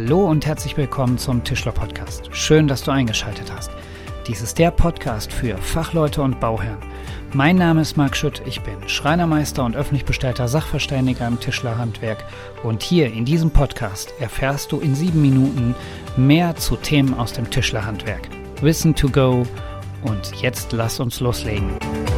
Hallo und herzlich willkommen zum Tischler Podcast. Schön, dass du eingeschaltet hast. Dies ist der Podcast für Fachleute und Bauherren. Mein Name ist Marc Schütt, ich bin Schreinermeister und öffentlich bestellter Sachverständiger im Tischlerhandwerk und hier in diesem Podcast erfährst du in 7 Minuten mehr zu Themen aus dem Tischlerhandwerk. Wissen to go und jetzt lass uns loslegen.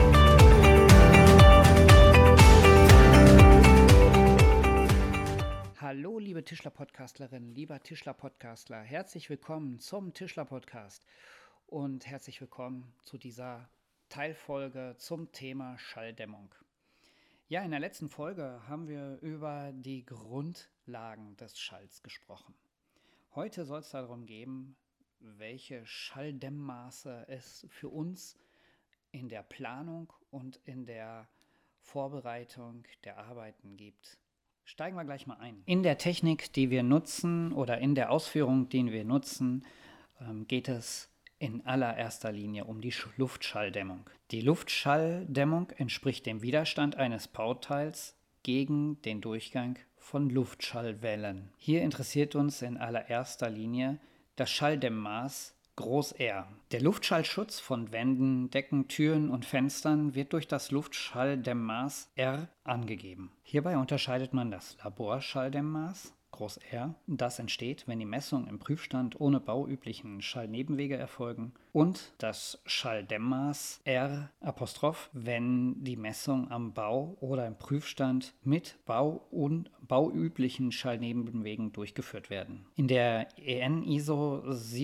Hallo liebe Tischler-Podcastlerinnen, lieber Tischler-Podcastler, herzlich willkommen zum Tischler-Podcast und herzlich willkommen zu dieser Teilfolge zum Thema Schalldämmung. Ja, in der letzten Folge haben wir über die Grundlagen des Schalls gesprochen. Heute soll es darum gehen, welche Schalldämmmaße es für uns in der Planung und in der Vorbereitung der Arbeiten gibt. Steigen wir gleich mal ein. In der Technik, die wir nutzen oder in der Ausführung, die wir nutzen, geht es in allererster Linie um die Luftschalldämmung. Die Luftschalldämmung entspricht dem Widerstand eines Bauteils gegen den Durchgang von Luftschallwellen. Hier interessiert uns in allererster Linie das Schalldämmmaß Groß R. Der Luftschallschutz von Wänden, Decken, Türen und Fenstern wird durch das Luftschalldämmmaß R angegeben. Hierbei unterscheidet man das Laborschalldämmmaß Groß R, das entsteht, wenn die Messungen im Prüfstand ohne bauüblichen Schallnebenwege erfolgen, und das Schalldämmmaß R', wenn die Messungen am Bau oder im Prüfstand mit bauüblichen Schallnebenwegen durchgeführt werden. In der EN ISO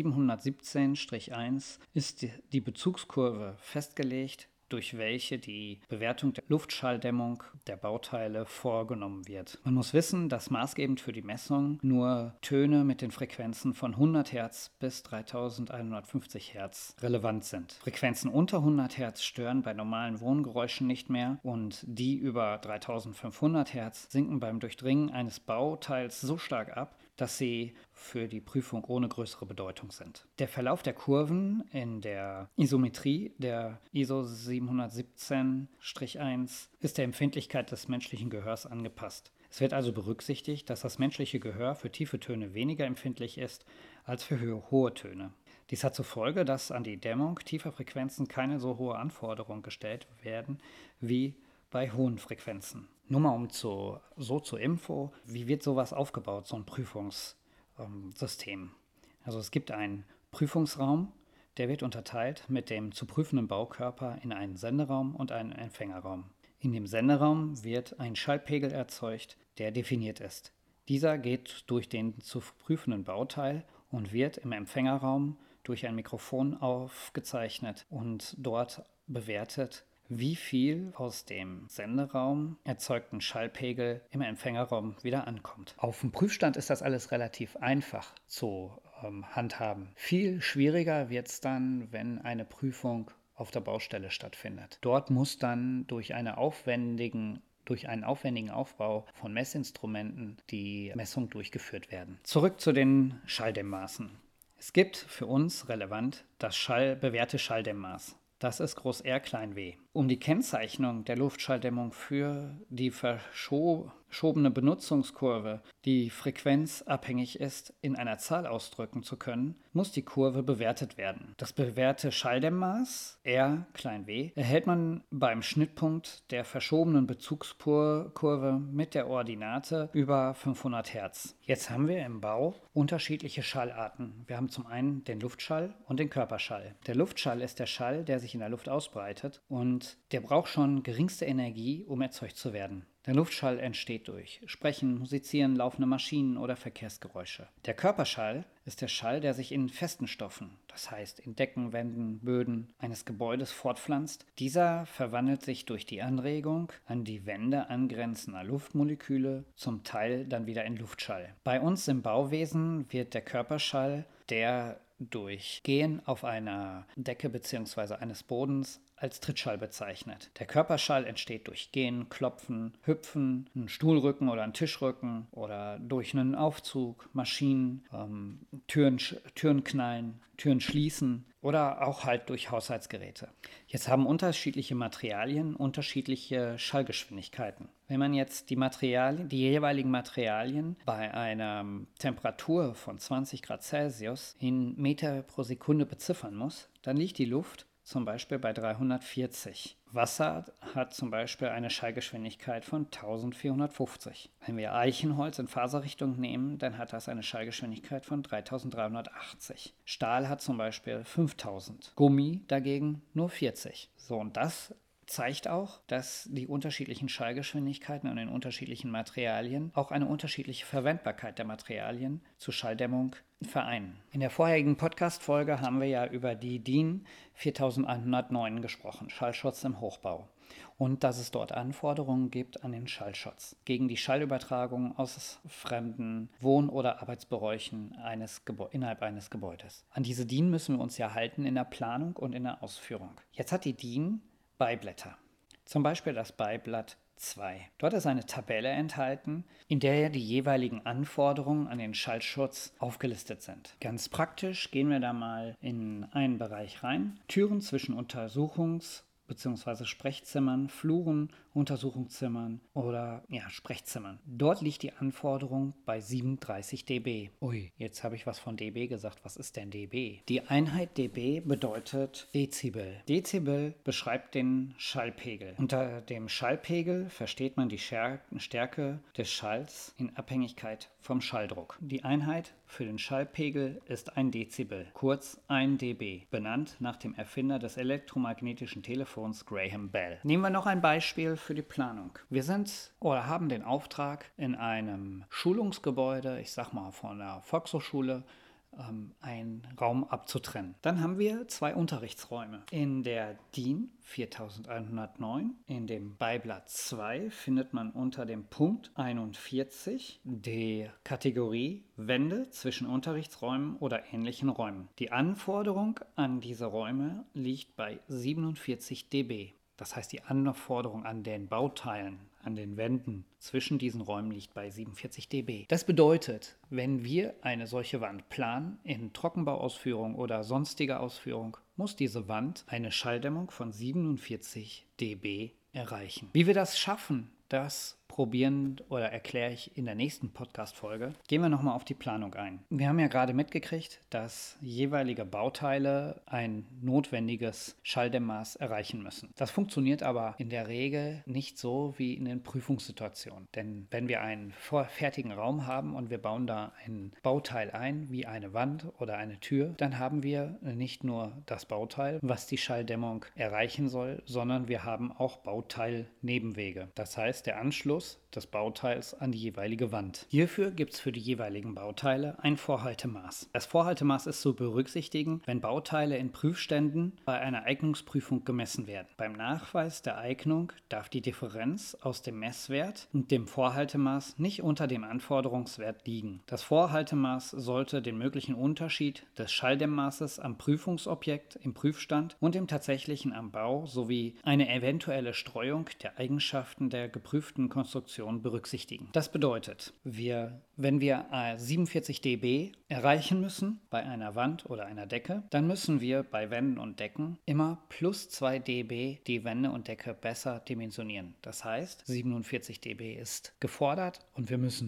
717-1 ist die Bezugskurve festgelegt, durch welche die Bewertung der Luftschalldämmung der Bauteile vorgenommen wird. Man muss wissen, dass maßgebend für die Messung nur Töne mit den Frequenzen von 100 Hertz bis 3150 Hertz relevant sind. Frequenzen unter 100 Hertz stören bei normalen Wohngeräuschen nicht mehr und die über 3500 Hertz sinken beim Durchdringen eines Bauteils so stark ab, dass sie für die Prüfung ohne größere Bedeutung sind. Der Verlauf der Kurven in der Isometrie der ISO 717-1 ist der Empfindlichkeit des menschlichen Gehörs angepasst. Es wird also berücksichtigt, dass das menschliche Gehör für tiefe Töne weniger empfindlich ist als für hohe Töne. Dies hat zur Folge, dass an die Dämmung tiefer Frequenzen keine so hohe Anforderungen gestellt werden wie bei hohen Frequenzen. Nur mal zur Info, wie wird sowas aufgebaut, so ein Prüfungssystem? Also es gibt einen Prüfungsraum, der wird unterteilt mit dem zu prüfenden Baukörper in einen Senderaum und einen Empfängerraum. In dem Senderaum wird ein Schallpegel erzeugt, der definiert ist. Dieser geht durch den zu prüfenden Bauteil und wird im Empfängerraum durch ein Mikrofon aufgezeichnet und dort bewertet, wie viel aus dem Senderaum erzeugten Schallpegel im Empfängerraum wieder ankommt. Auf dem Prüfstand ist das alles relativ einfach zu handhaben. Viel schwieriger wird es dann, wenn eine Prüfung auf der Baustelle stattfindet. Dort muss dann durch einen aufwendigen Aufbau von Messinstrumenten die Messung durchgeführt werden. Zurück zu den Schalldämmmaßen. Es gibt für uns relevant das bewährte Schalldämmmaß. Das ist Groß R, klein w. Um die Kennzeichnung der Luftschalldämmung für die verschobene Benutzungskurve, die frequenzabhängig ist, in einer Zahl ausdrücken zu können, muss die Kurve bewertet werden. Das bewährte Schalldämmmaß R, klein w, erhält man beim Schnittpunkt der verschobenen Bezugskurve mit der Ordinate über 500 Hertz. Jetzt haben wir im Bau unterschiedliche Schallarten. Wir haben zum einen den Luftschall und den Körperschall. Der Luftschall ist der Schall, der sich in der Luft ausbreitet und der braucht schon geringste Energie, um erzeugt zu werden. Der Luftschall entsteht durch Sprechen, Musizieren, laufende Maschinen oder Verkehrsgeräusche. Der Körperschall ist der Schall, der sich in festen Stoffen, das heißt in Decken, Wänden, Böden eines Gebäudes fortpflanzt. Dieser verwandelt sich durch die Anregung an die Wände angrenzender Luftmoleküle zum Teil dann wieder in Luftschall. Bei uns im Bauwesen wird der Körperschall, der durch Gehen auf einer Decke bzw. eines Bodens als Trittschall bezeichnet. Der Körperschall entsteht durch Gehen, Klopfen, Hüpfen, einen Stuhlrücken oder einen Tischrücken oder durch einen Aufzug, Maschinen, Türen knallen, Türen schließen oder auch halt durch Haushaltsgeräte. Jetzt haben unterschiedliche Materialien unterschiedliche Schallgeschwindigkeiten. Wenn man jetzt die jeweiligen Materialien bei einer Temperatur von 20 Grad Celsius in Meter pro Sekunde beziffern muss, dann liegt die Luft zum Beispiel bei 340. Wasser hat zum Beispiel eine Schallgeschwindigkeit von 1450. Wenn wir Eichenholz in Faserrichtung nehmen, dann hat das eine Schallgeschwindigkeit von 3380. Stahl hat zum Beispiel 5000. Gummi dagegen nur 40. So, und das zeigt auch, dass die unterschiedlichen Schallgeschwindigkeiten an den unterschiedlichen Materialien auch eine unterschiedliche Verwendbarkeit der Materialien zur Schalldämmung vereinen. In der vorherigen Podcast-Folge haben wir ja über die DIN 4109 gesprochen, Schallschutz im Hochbau. Und dass es dort Anforderungen gibt an den Schallschutz gegen die Schallübertragung aus fremden Wohn- oder Arbeitsbereichen innerhalb eines Gebäudes. An diese DIN müssen wir uns ja halten in der Planung und in der Ausführung. Jetzt hat die DIN Beiblätter. Zum Beispiel das Beiblatt 2. Dort ist eine Tabelle enthalten, in der die jeweiligen Anforderungen an den Schallschutz aufgelistet sind. Ganz praktisch gehen wir da mal in einen Bereich rein. Türen zwischen Untersuchungs- bzw. Sprechzimmern, Fluren, Untersuchungszimmern oder Sprechzimmern. Dort liegt die Anforderung bei 37 dB. Ui, jetzt habe ich was von dB gesagt. Was ist denn dB? Die Einheit dB bedeutet Dezibel. Dezibel beschreibt den Schallpegel. Unter dem Schallpegel versteht man die Stärke des Schalls in Abhängigkeit vom Schalldruck. Die Einheit für den Schallpegel ist 1 Dezibel, kurz 1 dB, benannt nach dem Erfinder des elektromagnetischen Telefons Graham Bell. Nehmen wir noch ein Beispiel für die Planung. Wir haben den Auftrag, in einem Schulungsgebäude, ich sag mal von der Volkshochschule, einen Raum abzutrennen. Dann haben wir 2 Unterrichtsräume. In der DIN 4109, in dem Beiblatt 2, findet man unter dem Punkt 41 die Kategorie Wände zwischen Unterrichtsräumen oder ähnlichen Räumen. Die Anforderung an diese Räume liegt bei 47 dB. Das heißt, die Anforderung an den Bauteilen, an den Wänden zwischen diesen Räumen liegt bei 47 dB. Das bedeutet, wenn wir eine solche Wand planen, in Trockenbauausführung oder sonstiger Ausführung, muss diese Wand eine Schalldämmung von 47 dB erreichen. Wie wir das schaffen, das probieren oder erkläre ich in der nächsten Podcast-Folge. Gehen wir nochmal auf die Planung ein. Wir haben ja gerade mitgekriegt, dass jeweilige Bauteile ein notwendiges Schalldämmmaß erreichen müssen. Das funktioniert aber in der Regel nicht so wie in den Prüfungssituationen. Denn wenn wir einen fertigen Raum haben und wir bauen da ein Bauteil ein, wie eine Wand oder eine Tür, dann haben wir nicht nur das Bauteil, was die Schalldämmung erreichen soll, sondern wir haben auch Bauteilnebenwege. Das heißt, der Anschluss des Bauteils an die jeweilige Wand. Hierfür gibt es für die jeweiligen Bauteile ein Vorhaltemaß. Das Vorhaltemaß ist zu berücksichtigen, wenn Bauteile in Prüfständen bei einer Eignungsprüfung gemessen werden. Beim Nachweis der Eignung darf die Differenz aus dem Messwert und dem Vorhaltemaß nicht unter dem Anforderungswert liegen. Das Vorhaltemaß sollte den möglichen Unterschied des Schalldämmmaßes am Prüfungsobjekt im Prüfstand und dem tatsächlichen am Bau sowie eine eventuelle Streuung der Eigenschaften der geprüften Konstruktion berücksichtigen. Das bedeutet, wenn wir 47 dB erreichen müssen bei einer Wand oder einer Decke, dann müssen wir bei Wänden und Decken immer plus 2 dB die Wände und Decke besser dimensionieren. Das heißt, 47 dB ist gefordert und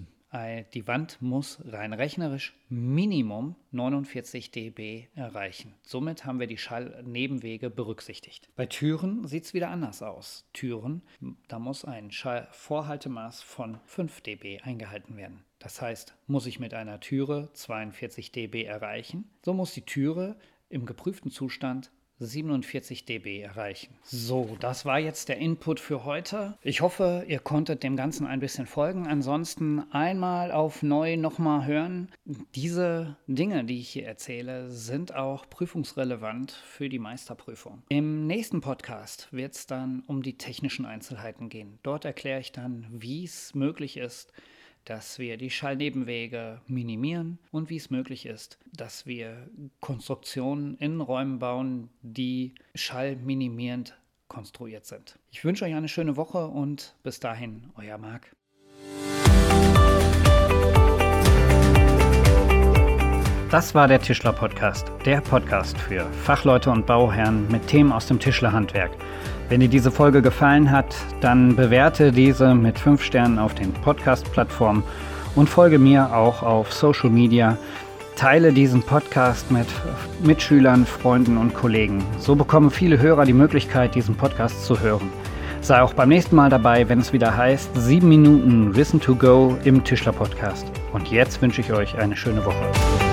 die Wand muss rein rechnerisch Minimum 49 dB erreichen. Somit haben wir die Schallnebenwege berücksichtigt. Bei Türen sieht es wieder anders aus. Türen, da muss ein Vorhaltemaß von 5 dB eingehalten werden. Das heißt, muss ich mit einer Türe 42 dB erreichen, so muss die Türe im geprüften Zustand 47 dB erreichen. So, das war jetzt der Input für heute. Ich hoffe, ihr konntet dem Ganzen ein bisschen folgen. Ansonsten einmal auf neu nochmal hören. Diese Dinge, die ich hier erzähle, sind auch prüfungsrelevant für die Meisterprüfung. Im nächsten Podcast wird es dann um die technischen Einzelheiten gehen. Dort erkläre ich dann, wie es möglich ist, dass wir die Schallnebenwege minimieren und wie es möglich ist, dass wir Konstruktionen in Räumen bauen, die schallminimierend konstruiert sind. Ich wünsche euch eine schöne Woche und bis dahin, euer Marc. Das war der Tischler-Podcast, der Podcast für Fachleute und Bauherren mit Themen aus dem Tischlerhandwerk. Wenn dir diese Folge gefallen hat, dann bewerte diese mit 5 Sternen auf den Podcast-Plattformen und folge mir auch auf Social Media. Teile diesen Podcast mit Mitschülern, Freunden und Kollegen. So bekommen viele Hörer die Möglichkeit, diesen Podcast zu hören. Sei auch beim nächsten Mal dabei, wenn es wieder heißt 7 Minuten Wissen to go im Tischler-Podcast. Und jetzt wünsche ich euch eine schöne Woche.